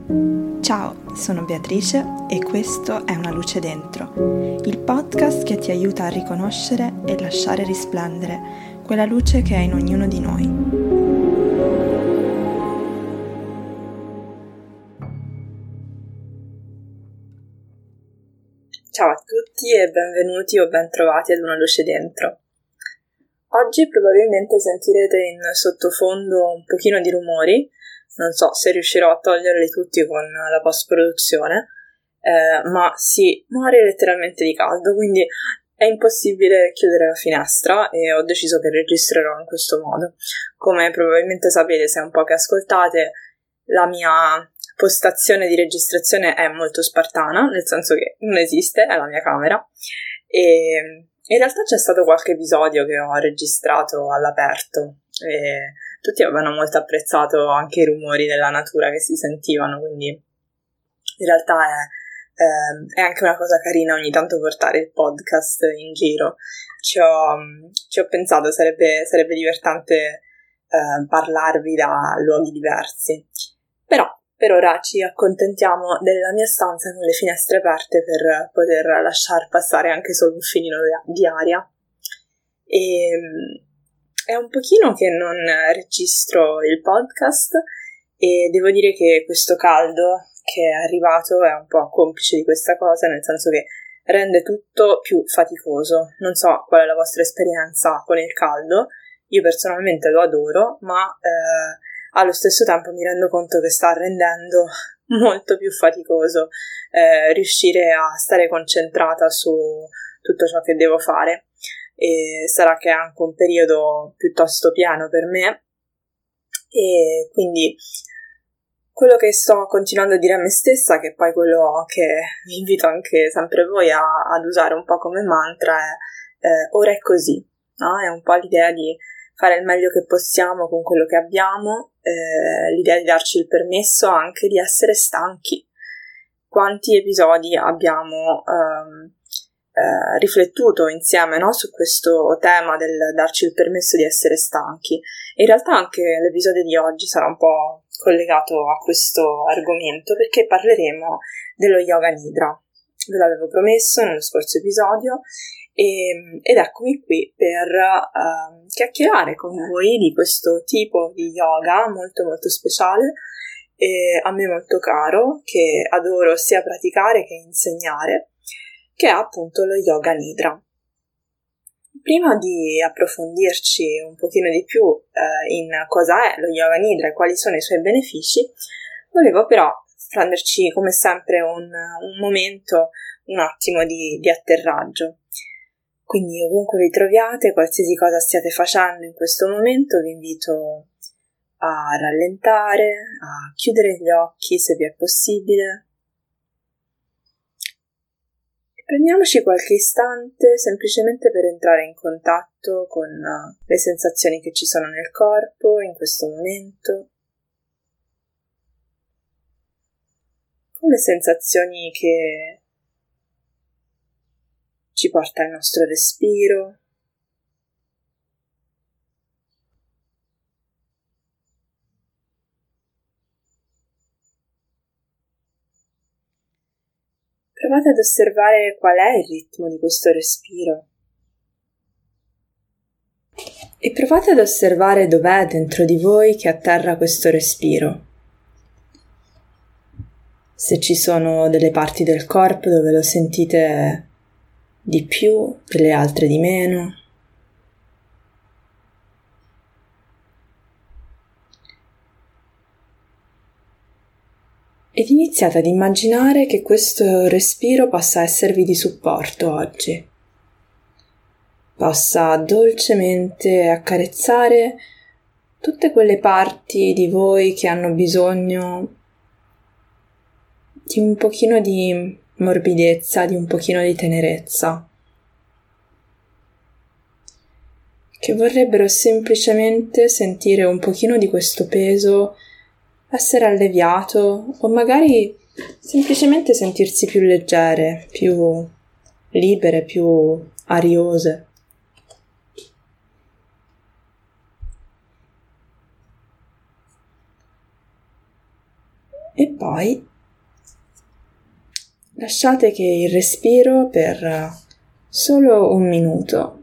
Ciao, sono Beatrice e questo è Una luce dentro, il podcast che ti aiuta a riconoscere e lasciare risplendere quella luce che è in ognuno di noi. Ciao a tutti e benvenuti o bentrovati ad Una luce dentro. Oggi probabilmente sentirete in sottofondo un pochino di rumori, non so se riuscirò a toglierli tutti con la post-produzione, ma si muore letteralmente di caldo, quindi è impossibile chiudere la finestra e ho deciso che registrerò in questo modo. Come probabilmente sapete, se è un po' che ascoltate, la mia postazione di registrazione è molto spartana, nel senso che non esiste, è la mia camera, e in realtà c'è stato qualche episodio che ho registrato all'aperto e tutti avevano molto apprezzato anche i rumori della natura che si sentivano, quindi in realtà è anche una cosa carina ogni tanto portare il podcast in giro. Ci ho pensato, sarebbe divertente parlarvi da luoghi diversi, però per ora ci accontentiamo della mia stanza con le finestre aperte per poter lasciar passare anche solo un filino di aria. E è un pochino che non registro il podcast e devo dire che questo caldo che è arrivato è un po' complice di questa cosa, nel senso che rende tutto più faticoso. Non so qual è la vostra esperienza con il caldo, io personalmente lo adoro, ma allo stesso tempo mi rendo conto che sta rendendo molto più faticoso riuscire a stare concentrata su tutto ciò che devo fare. E sarà che è anche un periodo piuttosto pieno per me e quindi quello che sto continuando a dire a me stessa, che poi quello che vi invito anche sempre voi ad usare un po' come mantra, è ora è così, no? È un po' l'idea di fare il meglio che possiamo con quello che abbiamo, l'idea di darci il permesso anche di essere stanchi. Quanti episodi abbiamo riflettuto insieme, no, su questo tema del darci il permesso di essere stanchi. In realtà anche l'episodio di oggi sarà un po' collegato a questo argomento, perché parleremo dello Yoga Nidra. Ve l'avevo promesso nello scorso episodio ed eccomi qui per chiacchierare con voi di questo tipo di yoga molto molto speciale e a me molto caro, che adoro sia praticare che insegnare, che è appunto lo Yoga Nidra. Prima di approfondirci un pochino di più in cosa è lo Yoga Nidra e quali sono i suoi benefici, volevo però prenderci come sempre un momento, un attimo di atterraggio. Quindi ovunque vi troviate, qualsiasi cosa stiate facendo in questo momento, vi invito a rallentare, a chiudere gli occhi se vi è possibile. Prendiamoci qualche istante semplicemente per entrare in contatto con le sensazioni che ci sono nel corpo in questo momento, con le sensazioni che ci porta il nostro respiro. Provate ad osservare qual è il ritmo di questo respiro e provate ad osservare dov'è dentro di voi che atterra questo respiro. Se ci sono delle parti del corpo dove lo sentite di più, delle altre di meno. Ed iniziate ad immaginare che questo respiro possa esservi di supporto oggi. Possa dolcemente accarezzare tutte quelle parti di voi che hanno bisogno di un pochino di morbidezza, di un pochino di tenerezza, che vorrebbero semplicemente sentire un pochino di questo peso, essere alleviato o magari semplicemente sentirsi più leggere, più libere, più ariose. E poi lasciate che il respiro per solo 1 minuto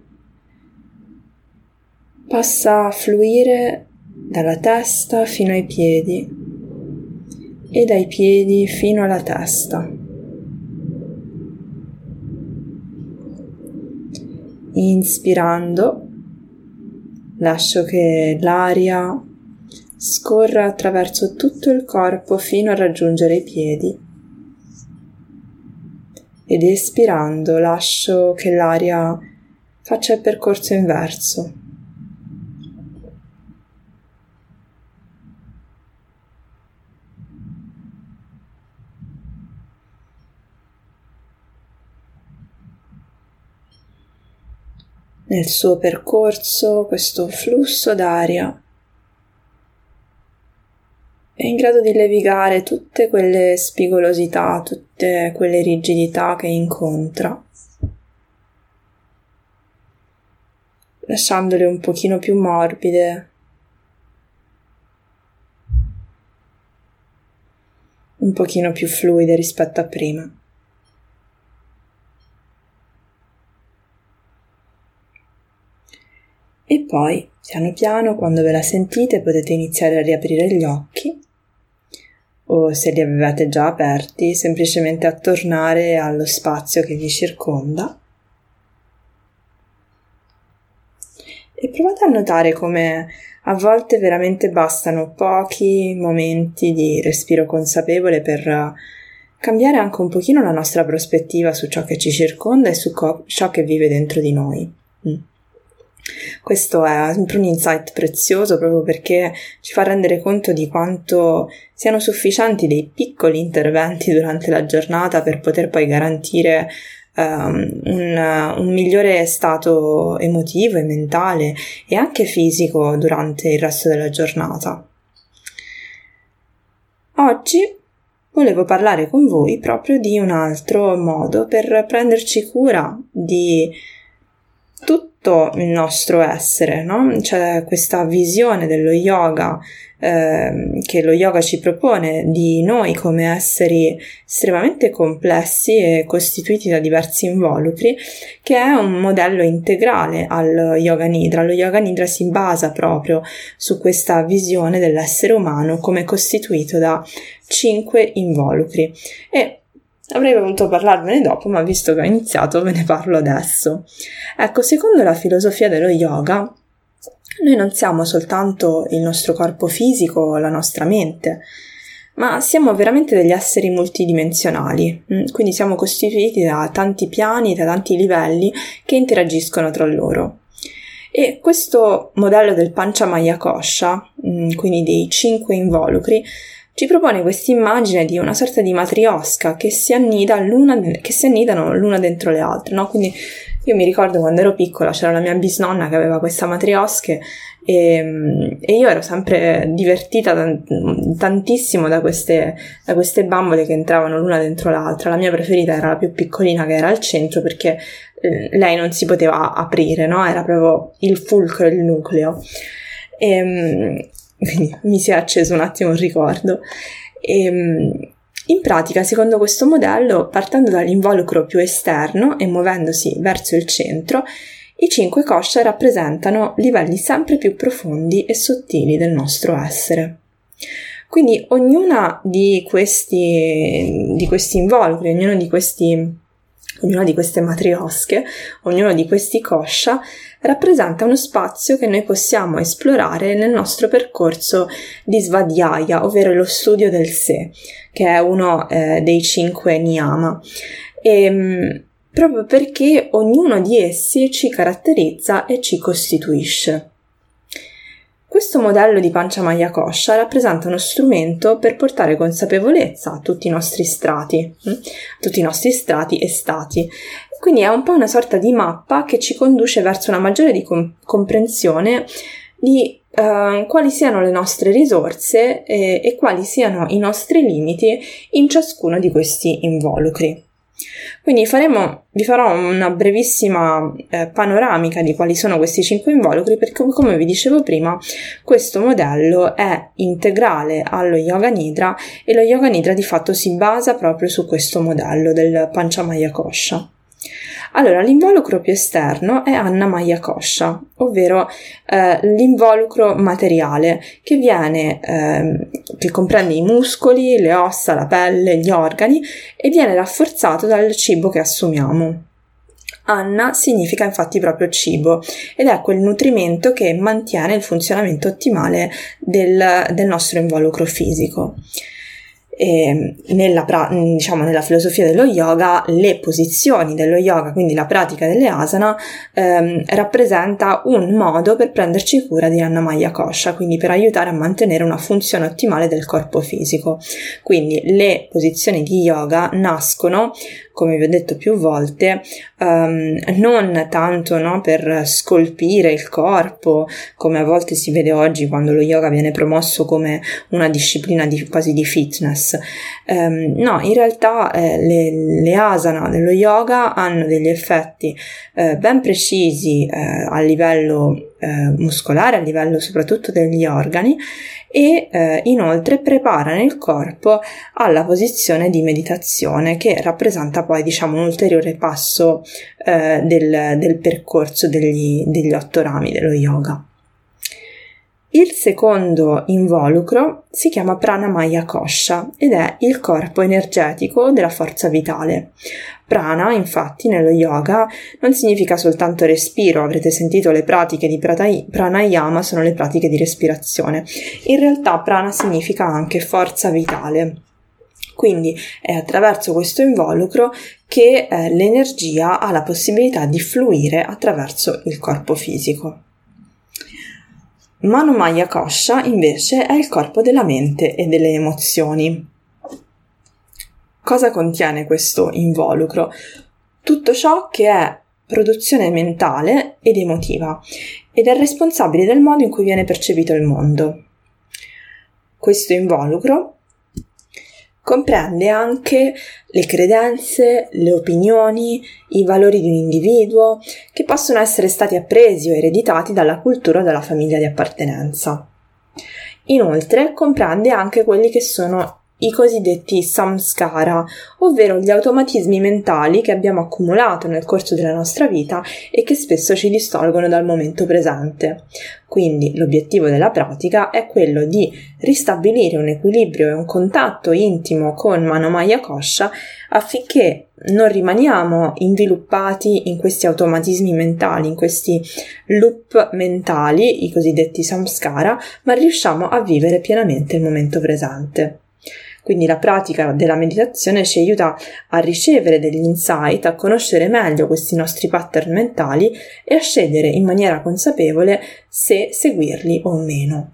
possa fluire dalla testa fino ai piedi e dai piedi fino alla testa. Inspirando, lascio che l'aria scorra attraverso tutto il corpo fino a raggiungere i piedi ed espirando lascio che l'aria faccia il percorso inverso. Nel suo percorso questo flusso d'aria è in grado di levigare tutte quelle spigolosità, tutte quelle rigidità che incontra, lasciandole un pochino più morbide, un pochino più fluide rispetto a prima. E poi, piano piano, quando ve la sentite, potete iniziare a riaprire gli occhi, o se li avevate già aperti, semplicemente a tornare allo spazio che vi circonda. E provate a notare come a volte veramente bastano pochi momenti di respiro consapevole per cambiare anche un pochino la nostra prospettiva su ciò che ci circonda e su ciò che vive dentro di noi. Questo è sempre un insight prezioso proprio perché ci fa rendere conto di quanto siano sufficienti dei piccoli interventi durante la giornata per poter poi garantire un migliore stato emotivo e mentale e anche fisico durante il resto della giornata. Oggi volevo parlare con voi proprio di un altro modo per prenderci cura di tutto il nostro essere, no? C'è questa visione dello yoga che lo yoga ci propone di noi come esseri estremamente complessi e costituiti da diversi involucri, che è un modello integrale al Yoga Nidra. Lo Yoga Nidra si basa proprio su questa visione dell'essere umano come costituito da 5 involucri e avrei voluto parlarvene dopo, ma visto che ho iniziato ve ne parlo adesso. Ecco, secondo la filosofia dello yoga, noi non siamo soltanto il nostro corpo fisico o la nostra mente, ma siamo veramente degli esseri multidimensionali, quindi siamo costituiti da tanti piani, da tanti livelli che interagiscono tra loro. E questo modello del Panchamaya Kosha, quindi dei 5 involucri, ci propone questa immagine di una sorta di matriosca che si annidano l'una dentro le altre, no? Quindi io mi ricordo quando ero piccola c'era la mia bisnonna che aveva questa matriosche e io ero sempre divertita tantissimo da queste bambole che entravano l'una dentro l'altra. La mia preferita era la più piccolina che era al centro perché lei non si poteva aprire, no? Era proprio il fulcro, il nucleo. Quindi mi si è acceso un attimo un ricordo. In pratica, secondo questo modello, partendo dall'involucro più esterno e muovendosi verso il centro, i 5 kosha rappresentano livelli sempre più profondi e sottili del nostro essere. Quindi ognuna di questi involucri, ognuna di queste matriosche, ognuno di questi kosha rappresenta uno spazio che noi possiamo esplorare nel nostro percorso di Svadhyaya, ovvero lo studio del sé, che è uno dei 5 niyama. Proprio perché ognuno di essi ci caratterizza e ci costituisce. Questo modello di Panchamaya Kosha rappresenta uno strumento per portare consapevolezza a tutti i nostri strati e stati. Quindi è un po' una sorta di mappa che ci conduce verso una maggiore comprensione di quali siano le nostre risorse e quali siano i nostri limiti in ciascuno di questi involucri. Quindi vi farò una brevissima panoramica di quali sono questi 5 involucri, perché come vi dicevo prima questo modello è integrale allo Yoga Nidra e lo Yoga Nidra di fatto si basa proprio su questo modello del Panchamaya Kosha. Allora, l'involucro più esterno è Annamaya Kosha, ovvero l'involucro materiale che comprende i muscoli, le ossa, la pelle, gli organi e viene rafforzato dal cibo che assumiamo. Anna significa infatti proprio cibo ed è quel nutrimento che mantiene il funzionamento ottimale del nostro involucro fisico. E nella filosofia dello yoga, le posizioni dello yoga, quindi la pratica delle asana, rappresenta un modo per prenderci cura di Annamaya Kosha, quindi per aiutare a mantenere una funzione ottimale del corpo fisico. Quindi le posizioni di yoga nascono, come vi ho detto più volte, non tanto per scolpire il corpo, come a volte si vede oggi quando lo yoga viene promosso come una disciplina quasi di fitness. No, in realtà le asana dello yoga hanno degli effetti ben precisi a livello muscolare, a livello soprattutto degli organi, e inoltre preparano il corpo alla posizione di meditazione, che rappresenta poi un ulteriore passo del percorso degli 8 rami dello yoga. Il secondo involucro si chiama Pranamaya Kosha ed è il corpo energetico della forza vitale. Prana, infatti, nello yoga non significa soltanto respiro. Avrete sentito le pratiche di pranayama sono le pratiche di respirazione. In realtà prana significa anche forza vitale. Quindi è attraverso questo involucro che l'energia ha la possibilità di fluire attraverso il corpo fisico. Manomaya Kosha invece è il corpo della mente e delle emozioni. Cosa contiene questo involucro? Tutto ciò che è produzione mentale ed emotiva ed è responsabile del modo in cui viene percepito il mondo. Questo involucro comprende anche le credenze, le opinioni, i valori di un individuo che possono essere stati appresi o ereditati dalla cultura o dalla famiglia di appartenenza. Inoltre comprende anche quelli che sono i cosiddetti samskara, ovvero gli automatismi mentali che abbiamo accumulato nel corso della nostra vita e che spesso ci distolgono dal momento presente. Quindi l'obiettivo della pratica è quello di ristabilire un equilibrio e un contatto intimo con Manomaya Kosha affinché non rimaniamo inviluppati in questi automatismi mentali, in questi loop mentali, i cosiddetti samskara, ma riusciamo a vivere pienamente il momento presente. Quindi la pratica della meditazione ci aiuta a ricevere degli insight, a conoscere meglio questi nostri pattern mentali e a scegliere in maniera consapevole se seguirli o meno.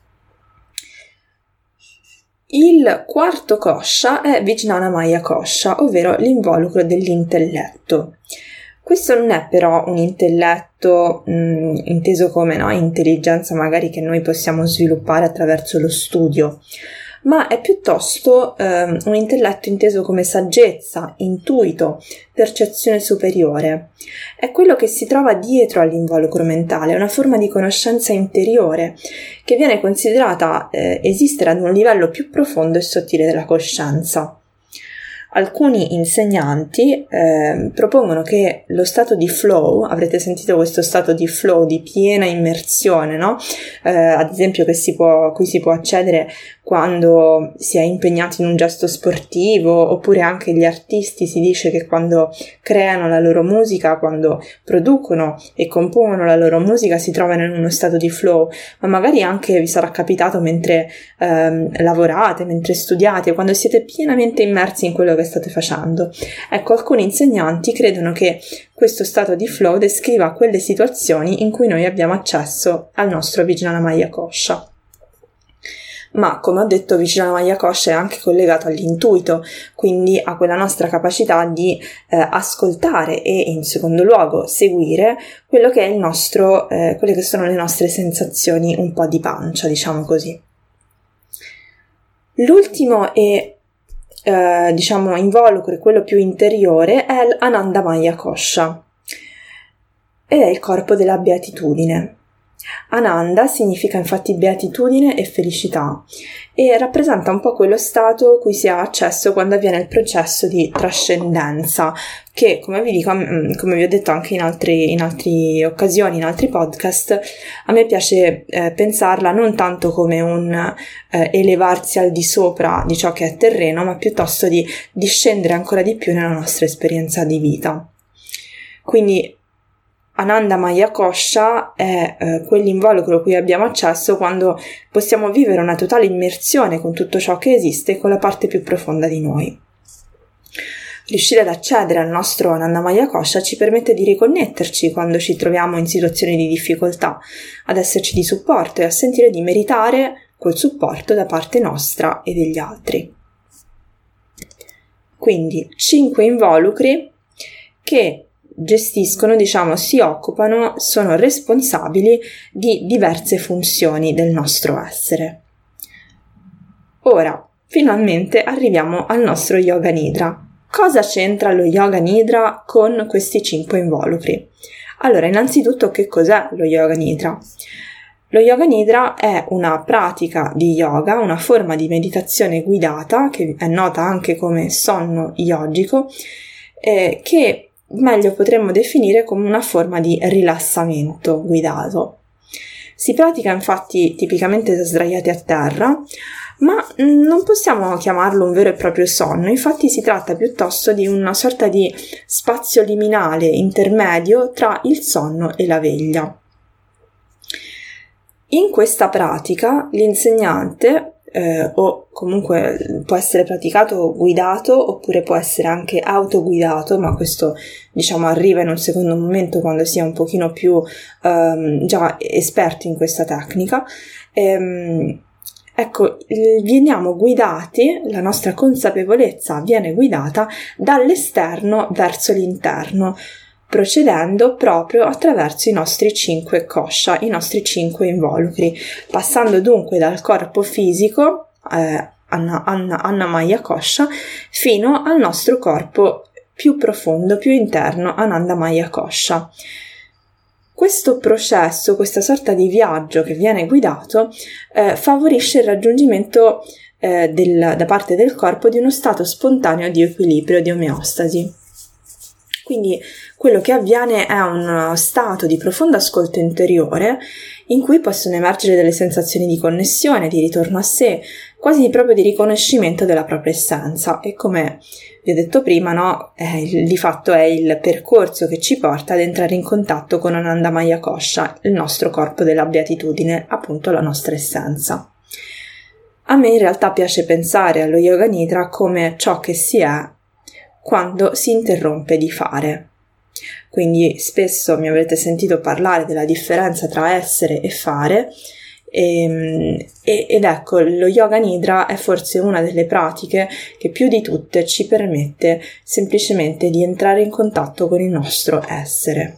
Il quarto kosha è Vijnanamaya Kosha, ovvero l'involucro dell'intelletto. Questo non è però un intelletto inteso come intelligenza magari che noi possiamo sviluppare attraverso lo studio, ma è piuttosto un intelletto inteso come saggezza, intuito, percezione superiore. È quello che si trova dietro all'involucro mentale, è una forma di conoscenza interiore che viene considerata esistere ad un livello più profondo e sottile della coscienza. Alcuni insegnanti propongono che lo stato di flow, avrete sentito questo stato di flow, di piena immersione, no? Ad esempio cui si può accedere quando si è impegnati in un gesto sportivo, oppure anche gli artisti si dice che quando creano la loro musica, quando producono e compongono la loro musica si trovano in uno stato di flow, ma magari anche vi sarà capitato mentre lavorate, mentre studiate, quando siete pienamente immersi in quello che state facendo. Ecco, alcuni insegnanti credono che questo stato di flow descriva quelle situazioni in cui noi abbiamo accesso al nostro Vijnanamaya Kosha. Ma, come ho detto, Vijnanamaya Kosha è anche collegato all'intuito, quindi a quella nostra capacità di ascoltare e, in secondo luogo, seguire quello che è quelle che sono le nostre sensazioni un po' di pancia, diciamo così. L'ultimo e involucro, quello più interiore, è l'Anandamaya Kosha ed è il corpo della beatitudine. Ananda significa infatti beatitudine e felicità e rappresenta un po' quello stato cui si ha accesso quando avviene il processo di trascendenza, che come vi ho detto anche in altre occasioni, in altri podcast, a me piace pensarla non tanto come un elevarsi al di sopra di ciò che è terreno, ma piuttosto di discendere ancora di più nella nostra esperienza di vita. Quindi Anandamaya Kosha è quell'involucro cui abbiamo accesso quando possiamo vivere una totale immersione con tutto ciò che esiste, con la parte più profonda di noi. Riuscire ad accedere al nostro Anandamaya Kosha ci permette di riconnetterci quando ci troviamo in situazioni di difficoltà, ad esserci di supporto e a sentire di meritare quel supporto da parte nostra e degli altri. Quindi 5 involucri che gestiscono, si occupano, sono responsabili di diverse funzioni del nostro essere. Ora, finalmente arriviamo al nostro Yoga Nidra. Cosa c'entra lo Yoga Nidra con questi 5 involucri? Allora, innanzitutto, che cos'è lo Yoga Nidra? Lo Yoga Nidra è una pratica di yoga, una forma di meditazione guidata, che è nota anche come sonno yogico, che meglio potremmo definire come una forma di rilassamento guidato. Si pratica infatti tipicamente sdraiati a terra, ma non possiamo chiamarlo un vero e proprio sonno, infatti si tratta piuttosto di una sorta di spazio liminale intermedio tra il sonno e la veglia. In questa pratica l'insegnante o comunque può essere praticato guidato oppure può essere anche autoguidato, ma questo arriva in un secondo momento quando si è un pochino più già esperti in questa tecnica. Veniamo guidati, la nostra consapevolezza viene guidata dall'esterno verso l'interno, procedendo proprio attraverso i nostri 5 kosha, i nostri 5 involucri, passando dunque dal corpo fisico, Annamaya Kosha, fino al nostro corpo più profondo, più interno, Anandamaya Kosha. Questo processo, questa sorta di viaggio che viene guidato, favorisce il raggiungimento da parte del corpo di uno stato spontaneo di equilibrio, di omeostasi. Quindi quello che avviene è uno stato di profondo ascolto interiore in cui possono emergere delle sensazioni di connessione, di ritorno a sé, quasi proprio di riconoscimento della propria essenza. E come vi ho detto prima, di fatto è il percorso che ci porta ad entrare in contatto con Anandamaya Kosha, il nostro corpo della beatitudine, appunto la nostra essenza. A me in realtà piace pensare allo Yoga Nidra come ciò che si è quando si interrompe di fare. Quindi spesso mi avrete sentito parlare della differenza tra essere e fare, ed ecco, lo Yoga Nidra è forse una delle pratiche che più di tutte ci permette semplicemente di entrare in contatto con il nostro essere.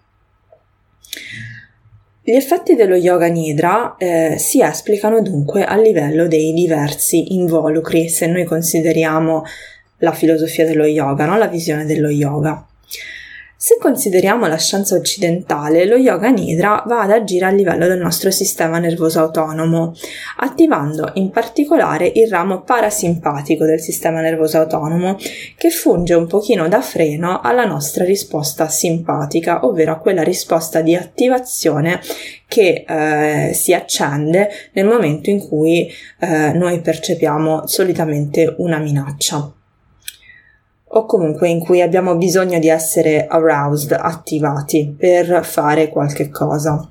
Gli effetti dello Yoga Nidra si esplicano dunque a livello dei diversi involucri, se noi consideriamo la filosofia dello yoga, la visione dello yoga. Se consideriamo la scienza occidentale, lo Yoga Nidra va ad agire a livello del nostro sistema nervoso autonomo, attivando in particolare il ramo parasimpatico del sistema nervoso autonomo, che funge un pochino da freno alla nostra risposta simpatica, ovvero a quella risposta di attivazione che si accende nel momento in cui noi percepiamo solitamente una minaccia, o comunque in cui abbiamo bisogno di essere aroused, attivati per fare qualche cosa.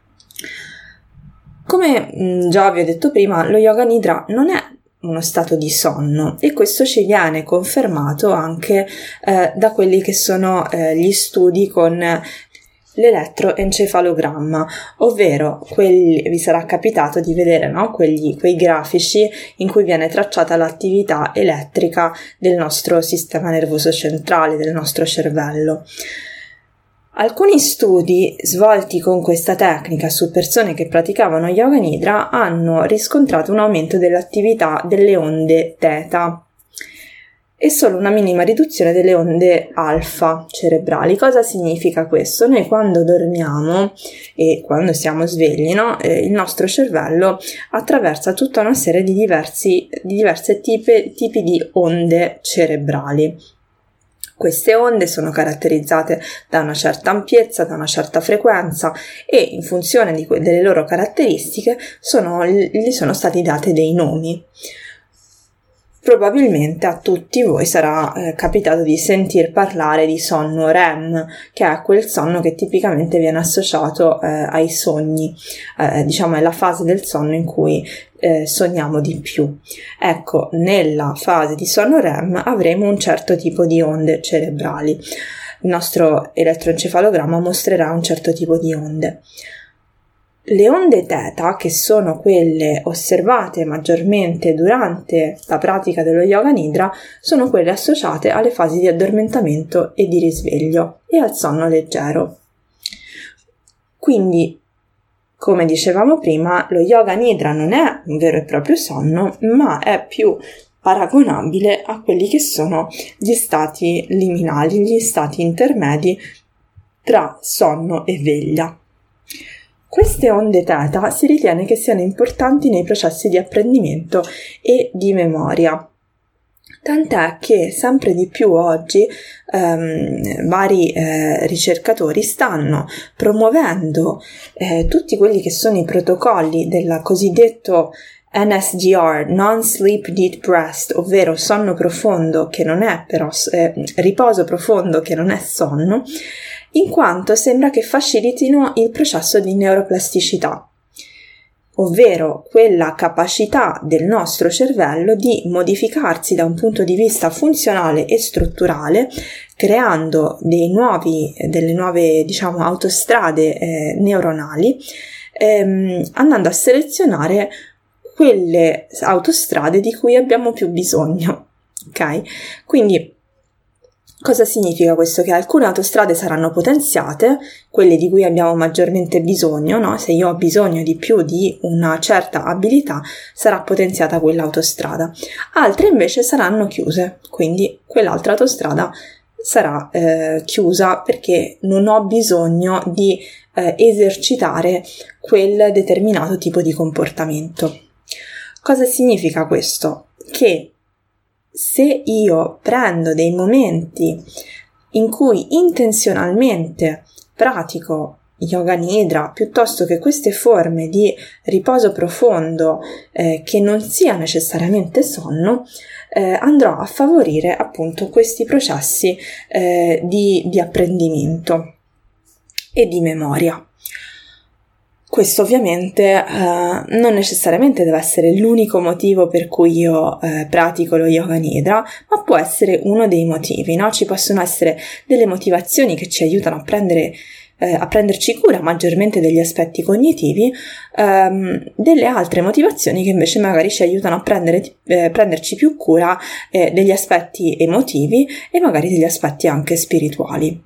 Come già vi ho detto prima, lo Yoga Nidra non è uno stato di sonno e questo ci viene confermato anche da quelli che sono gli studi con l'elettroencefalogramma, ovvero vi sarà capitato di vedere, quei grafici in cui viene tracciata l'attività elettrica del nostro sistema nervoso centrale, del nostro cervello. Alcuni studi svolti con questa tecnica su persone che praticavano Yoga Nidra hanno riscontrato un aumento dell'attività delle onde theta, e solo una minima riduzione delle onde alfa cerebrali. Cosa significa questo? Noi quando dormiamo e quando siamo svegli, no? Il nostro cervello attraversa tutta una serie di diverse tipi di onde cerebrali. Queste onde sono caratterizzate da una certa ampiezza, da una certa frequenza e in funzione delle loro caratteristiche gli sono stati dati dei nomi. Probabilmente a tutti voi sarà capitato di sentir parlare di sonno REM, che è quel sonno che tipicamente viene associato ai sogni, diciamo è la fase del sonno in cui sogniamo di più. Ecco, nella fase di sonno REM avremo un certo tipo di onde cerebrali. Il nostro elettroencefalogramma mostrerà un certo tipo di onde. Le onde θ, che sono quelle osservate maggiormente durante la pratica dello Yoga Nidra, sono quelle associate alle fasi di addormentamento e di risveglio e al sonno leggero. Quindi, come dicevamo prima, lo Yoga Nidra non è un vero e proprio sonno, ma è più paragonabile a quelli che sono gli stati liminali, gli stati intermedi tra sonno e veglia. Queste onde θ si ritiene che siano importanti nei processi di apprendimento e di memoria, tant'è che sempre di più oggi vari ricercatori stanno promuovendo tutti quelli che sono i protocolli del cosiddetto NSDR, Non-Sleep Deep Rest, ovvero sonno profondo che non è però riposo profondo che non è sonno, in quanto sembra che facilitino il processo di neuroplasticità, ovvero quella capacità del nostro cervello di modificarsi da un punto di vista funzionale e strutturale, creando delle nuove diciamo autostrade neuronali, andando a selezionare quelle autostrade di cui abbiamo più bisogno. Ok? Quindi cosa significa questo? Che alcune autostrade saranno potenziate, quelle di cui abbiamo maggiormente bisogno, no? Se io ho bisogno di più di una certa abilità, sarà potenziata quell'autostrada. Altre invece saranno chiuse, quindi quell'altra autostrada sarà chiusa perché non ho bisogno di esercitare quel determinato tipo di comportamento. Cosa significa questo? Che se io prendo dei momenti in cui intenzionalmente pratico Yoga Nidra piuttosto che queste forme di riposo profondo che non sia necessariamente sonno, andrò a favorire appunto questi processi di apprendimento e di memoria. Questo ovviamente non necessariamente deve essere l'unico motivo per cui io pratico lo Yoga Nidra, ma può essere uno dei motivi, no? Ci possono essere delle motivazioni che ci aiutano a prenderci cura maggiormente degli aspetti cognitivi, delle altre motivazioni che invece magari ci aiutano a prenderci più cura degli aspetti emotivi e magari degli aspetti anche spirituali.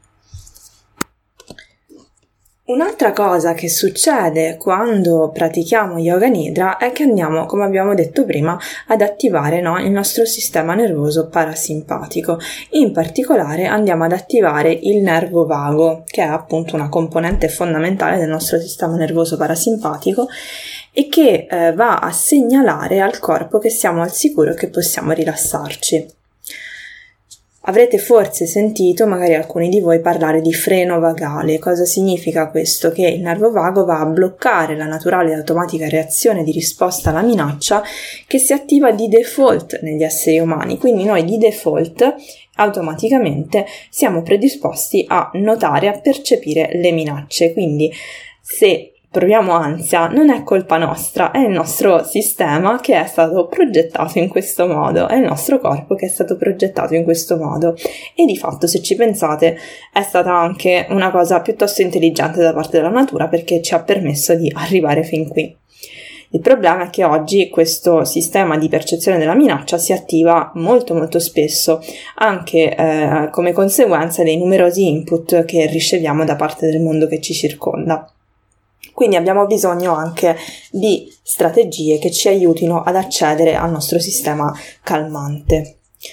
Un'altra cosa che succede quando pratichiamo Yoga Nidra è che andiamo, come abbiamo detto prima, ad attivare il nostro sistema nervoso parasimpatico. In particolare andiamo ad attivare il nervo vago, che è appunto una componente fondamentale del nostro sistema nervoso parasimpatico e che va a segnalare al corpo che siamo al sicuro e che possiamo rilassarci. Avrete forse sentito, magari alcuni di voi, parlare di freno vagale. Cosa significa questo? Che il nervo vago va a bloccare la naturale e automatica reazione di risposta alla minaccia che si attiva di default negli esseri umani. Quindi noi di default automaticamente siamo predisposti a notare, a percepire le minacce. Quindi se proviamo ansia, non è colpa nostra, è il nostro sistema che è stato progettato in questo modo, è il nostro corpo che è stato progettato in questo modo e di fatto, se ci pensate, è stata anche una cosa piuttosto intelligente da parte della natura perché ci ha permesso di arrivare fin qui. Il problema è che oggi questo sistema di percezione della minaccia si attiva molto molto spesso, anche come conseguenza dei numerosi input che riceviamo da parte del mondo che ci circonda. Quindi abbiamo bisogno anche di strategie che ci aiutino ad accedere al nostro sistema calmante.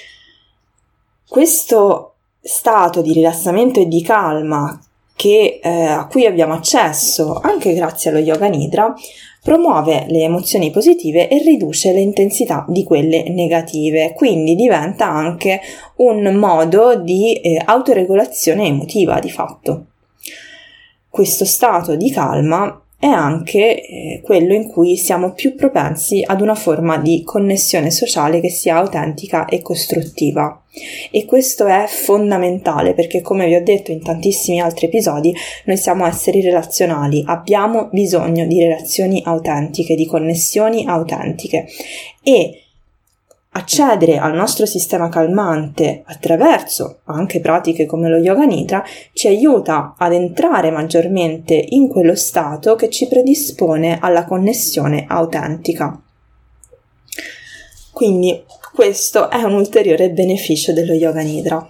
Questo stato di rilassamento e di calma a cui abbiamo accesso anche grazie allo Yoga Nidra promuove le emozioni positive e riduce l'intensità di quelle negative, quindi diventa anche un modo di autoregolazione emotiva di fatto. Questo stato di calma è anche quello in cui siamo più propensi ad una forma di connessione sociale che sia autentica e costruttiva. E questo è fondamentale perché, come vi ho detto in tantissimi altri episodi, noi siamo esseri relazionali, abbiamo bisogno di relazioni autentiche, di connessioni autentiche, e accedere al nostro sistema calmante attraverso anche pratiche come lo Yoga Nidra ci aiuta ad entrare maggiormente in quello stato che ci predispone alla connessione autentica. Quindi questo è un ulteriore beneficio dello Yoga Nidra.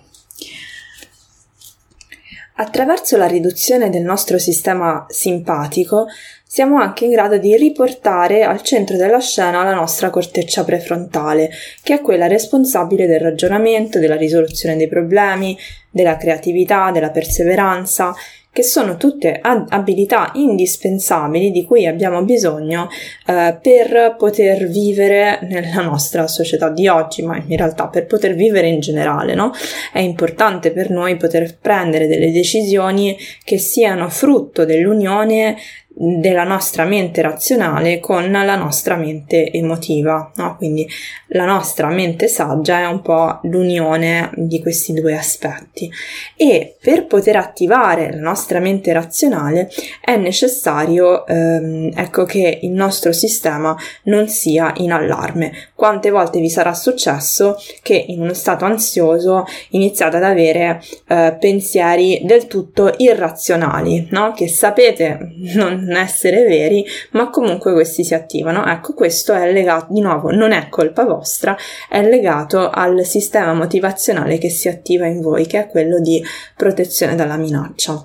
Attraverso la riduzione del nostro sistema simpatico siamo anche in grado di riportare al centro della scena la nostra corteccia prefrontale, che è quella responsabile del ragionamento, della risoluzione dei problemi, della creatività, della perseveranza, che sono tutte abilità indispensabili di cui abbiamo bisogno per poter vivere nella nostra società di oggi, ma in realtà per poter vivere in generale, no? È importante per noi poter prendere delle decisioni che siano frutto dell'unione della nostra mente razionale con la nostra mente emotiva, no? Quindi la nostra mente saggia è un po' l'unione di questi due aspetti, e per poter attivare la nostra mente razionale è necessario che il nostro sistema non sia in allarme. Quante volte vi sarà successo che in uno stato ansioso iniziate ad avere pensieri del tutto irrazionali, no? Che sapete non essere veri, ma comunque questi si attivano. Ecco, questo è legato, di nuovo, non è colpa vostra, è legato al sistema motivazionale che si attiva in voi, che è quello di protezione dalla minaccia.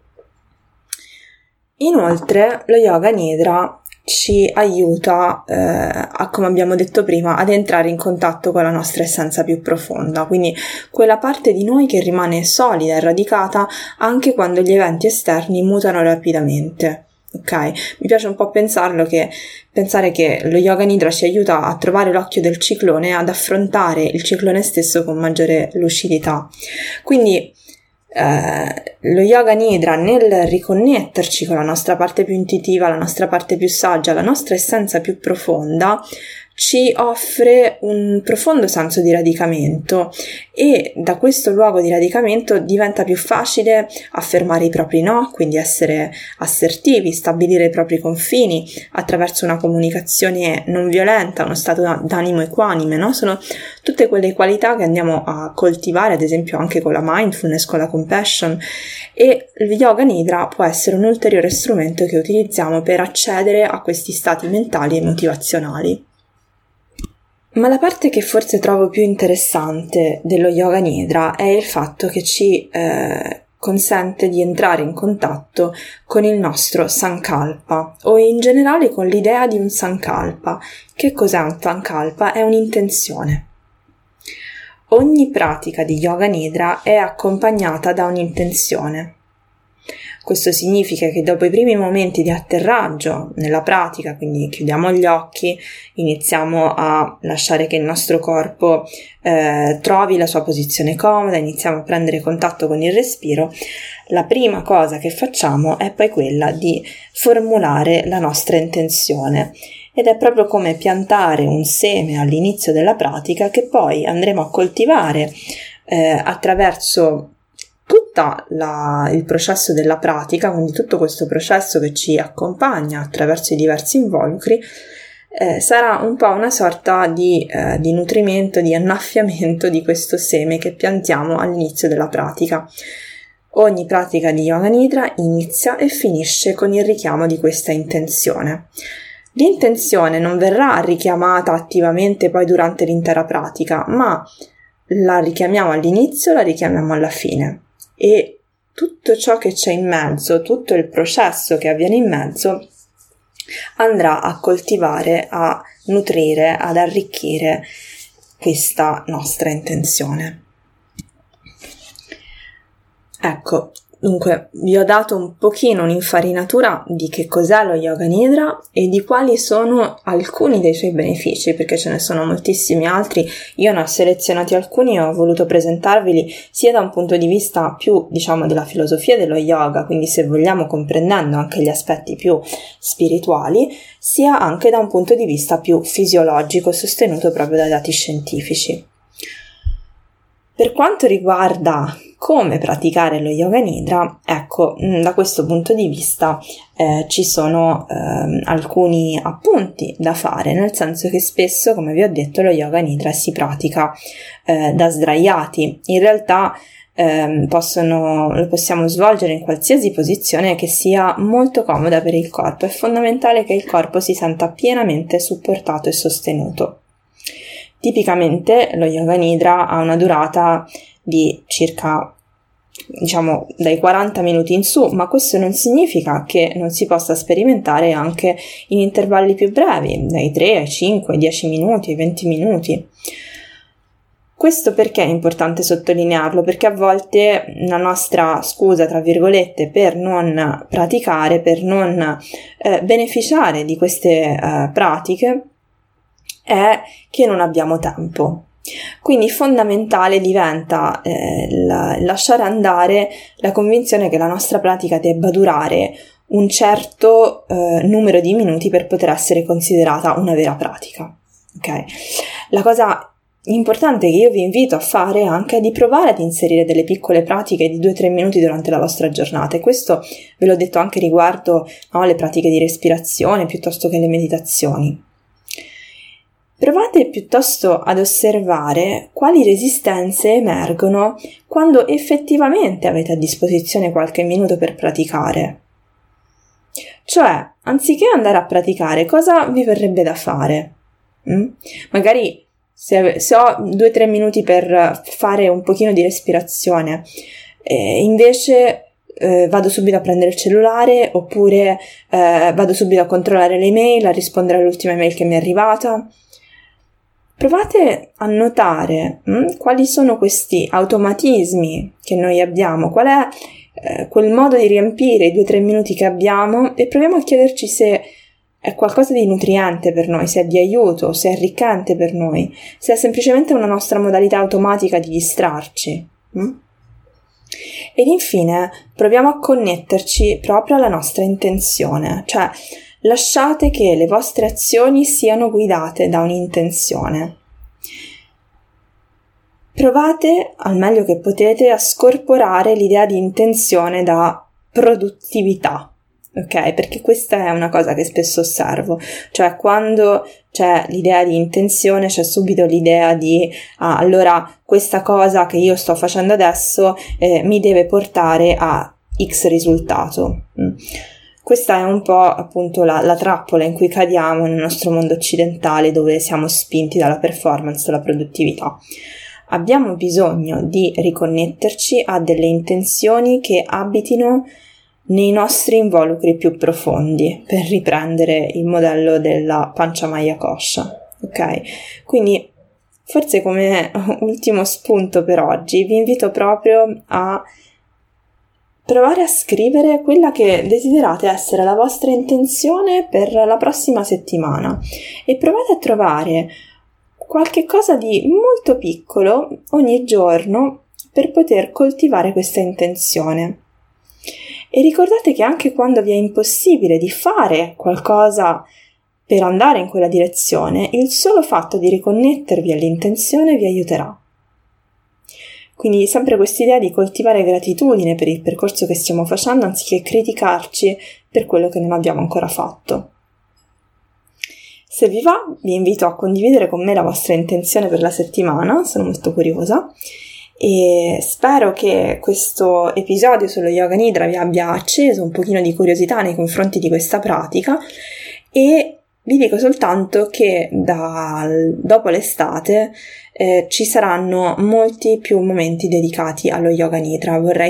Inoltre, lo Yoga Nidra ci aiuta, come abbiamo detto prima, ad entrare in contatto con la nostra essenza più profonda, quindi quella parte di noi che rimane solida e radicata anche quando gli eventi esterni mutano rapidamente. Ok, mi piace un po' pensare che lo Yoga Nidra ci aiuta a trovare l'occhio del ciclone e ad affrontare il ciclone stesso con maggiore lucidità. Quindi lo Yoga Nidra, nel riconnetterci con la nostra parte più intuitiva, la nostra parte più saggia, la nostra essenza più profonda, ci offre un profondo senso di radicamento, e da questo luogo di radicamento diventa più facile affermare i propri no, quindi essere assertivi, stabilire i propri confini attraverso una comunicazione non violenta, uno stato d'animo equanime, no? Sono tutte quelle qualità che andiamo a coltivare, ad esempio anche con la mindfulness, con la compassion, e il Yoga Nidra può essere un ulteriore strumento che utilizziamo per accedere a questi stati mentali e motivazionali. Ma la parte che forse trovo più interessante dello Yoga Nidra è il fatto che ci consente di entrare in contatto con il nostro Sankalpa, o in generale con l'idea di un Sankalpa. Che cos'è un Sankalpa? È un'intenzione. Ogni pratica di Yoga Nidra è accompagnata da un'intenzione. Questo significa che dopo i primi momenti di atterraggio nella pratica, quindi chiudiamo gli occhi, iniziamo a lasciare che il nostro corpo trovi la sua posizione comoda, iniziamo a prendere contatto con il respiro, la prima cosa che facciamo è poi quella di formulare la nostra intenzione. Ed è proprio come piantare un seme all'inizio della pratica che poi andremo a coltivare attraverso tutto il processo della pratica, quindi tutto questo processo che ci accompagna attraverso i diversi involucri, sarà un po' una sorta di nutrimento, di annaffiamento di questo seme che piantiamo all'inizio della pratica. Ogni pratica di Yoga Nidra inizia e finisce con il richiamo di questa intenzione. L'intenzione non verrà richiamata attivamente poi durante l'intera pratica, ma la richiamiamo all'inizio, la richiamiamo alla fine. E tutto ciò che c'è in mezzo, tutto il processo che avviene in mezzo, andrà a coltivare, a nutrire, ad arricchire questa nostra intenzione. Ecco, dunque vi ho dato un pochino un'infarinatura di che cos'è lo Yoga Nidra e di quali sono alcuni dei suoi benefici, perché ce ne sono moltissimi altri. Io ne ho selezionati alcuni e ho voluto presentarveli sia da un punto di vista più, diciamo, della filosofia dello yoga, quindi se vogliamo comprendendo anche gli aspetti più spirituali, sia anche da un punto di vista più fisiologico, sostenuto proprio dai dati scientifici. Per quanto riguarda come praticare lo Yoga Nidra, ecco, da questo punto di vista ci sono alcuni appunti da fare, nel senso che spesso, come vi ho detto, lo Yoga Nidra si pratica da sdraiati. In realtà lo possiamo svolgere in qualsiasi posizione che sia molto comoda per il corpo. È fondamentale che il corpo si senta pienamente supportato e sostenuto. Tipicamente lo Yoga Nidra ha una durata di circa, diciamo, dai 40 minuti in su, ma questo non significa che non si possa sperimentare anche in intervalli più brevi, dai 3 ai 5, ai 10 minuti, ai 20 minuti. Questo perché è importante sottolinearlo? Perché a volte la nostra scusa, tra virgolette, per non praticare, per non beneficiare di queste pratiche, è che non abbiamo tempo. Quindi fondamentale diventa lasciare andare la convinzione che la nostra pratica debba durare un certo numero di minuti per poter essere considerata una vera pratica. Ok? La cosa importante che io vi invito a fare anche è di provare ad inserire delle piccole pratiche di 2-3 minuti durante la vostra giornata, e questo ve l'ho detto anche riguardo le pratiche di respirazione piuttosto che le meditazioni. Provate piuttosto ad osservare quali resistenze emergono quando effettivamente avete a disposizione qualche minuto per praticare. Cioè, anziché andare a praticare, cosa vi verrebbe da fare? Magari se ho 2-3 minuti per fare un pochino di respirazione, invece vado subito a prendere il cellulare, oppure vado subito a controllare le email, a rispondere all'ultima email che mi è arrivata. Provate a notare quali sono questi automatismi che noi abbiamo, qual è quel modo di riempire i 2-3 minuti che abbiamo, e proviamo a chiederci se è qualcosa di nutriente per noi, se è di aiuto, se è arricchente per noi, se è semplicemente una nostra modalità automatica di distrarci. Ed infine proviamo a connetterci proprio alla nostra intenzione, cioè lasciate che le vostre azioni siano guidate da un'intenzione. Provate al meglio che potete a scorporare l'idea di intenzione da produttività, ok? Perché questa è una cosa che spesso osservo, cioè quando c'è l'idea di intenzione c'è subito l'idea di allora questa cosa che io sto facendo adesso mi deve portare a X risultato. Questa è un po' appunto la trappola in cui cadiamo nel nostro mondo occidentale, dove siamo spinti dalla performance, dalla produttività. Abbiamo bisogno di riconnetterci a delle intenzioni che abitino nei nostri involucri più profondi, per riprendere il modello della Panchamaya Kosha. Ok? Quindi forse come ultimo spunto per oggi vi invito proprio a provare a scrivere quella che desiderate essere la vostra intenzione per la prossima settimana, e provate a trovare qualche cosa di molto piccolo ogni giorno per poter coltivare questa intenzione. E ricordate che anche quando vi è impossibile di fare qualcosa per andare in quella direzione, il solo fatto di riconnettervi all'intenzione vi aiuterà. Quindi sempre quest'idea di coltivare gratitudine per il percorso che stiamo facendo, anziché criticarci per quello che non abbiamo ancora fatto. Se vi va, vi invito a condividere con me la vostra intenzione per la settimana, sono molto curiosa, e spero che questo episodio sullo Yoga Nidra vi abbia acceso un pochino di curiosità nei confronti di questa pratica, e vi dico soltanto che dopo l'estate ci saranno molti più momenti dedicati allo Yoga Nidra. Vorrei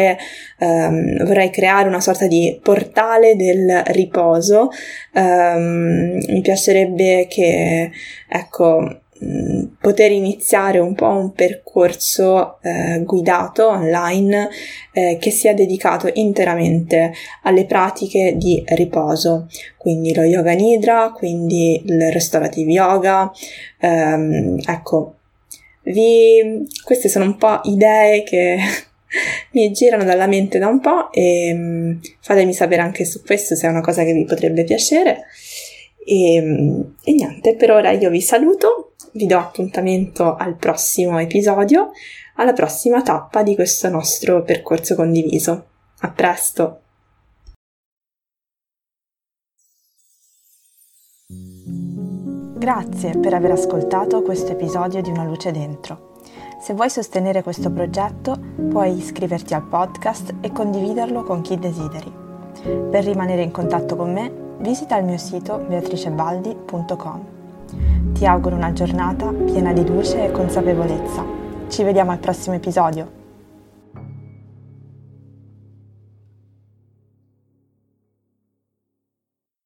creare una sorta di portale del riposo. Mi piacerebbe che, poter iniziare un po' un percorso guidato online che sia dedicato interamente alle pratiche di riposo, quindi lo yoga nidra, quindi il restorative yoga. Ecco, queste sono un po' idee che mi girano dalla mente da un po' e fatemi sapere anche su questo se è una cosa che vi potrebbe piacere. E niente, per ora io vi saluto, vi do appuntamento al prossimo episodio, alla prossima tappa di questo nostro percorso condiviso. A presto! Grazie per aver ascoltato questo episodio di Una luce dentro. Se vuoi sostenere questo progetto, puoi iscriverti al podcast e condividerlo con chi desideri. Per rimanere in contatto con me, visita il mio sito beatricebaldi.com. Ti auguro una giornata piena di luce e consapevolezza. Ci vediamo al prossimo episodio.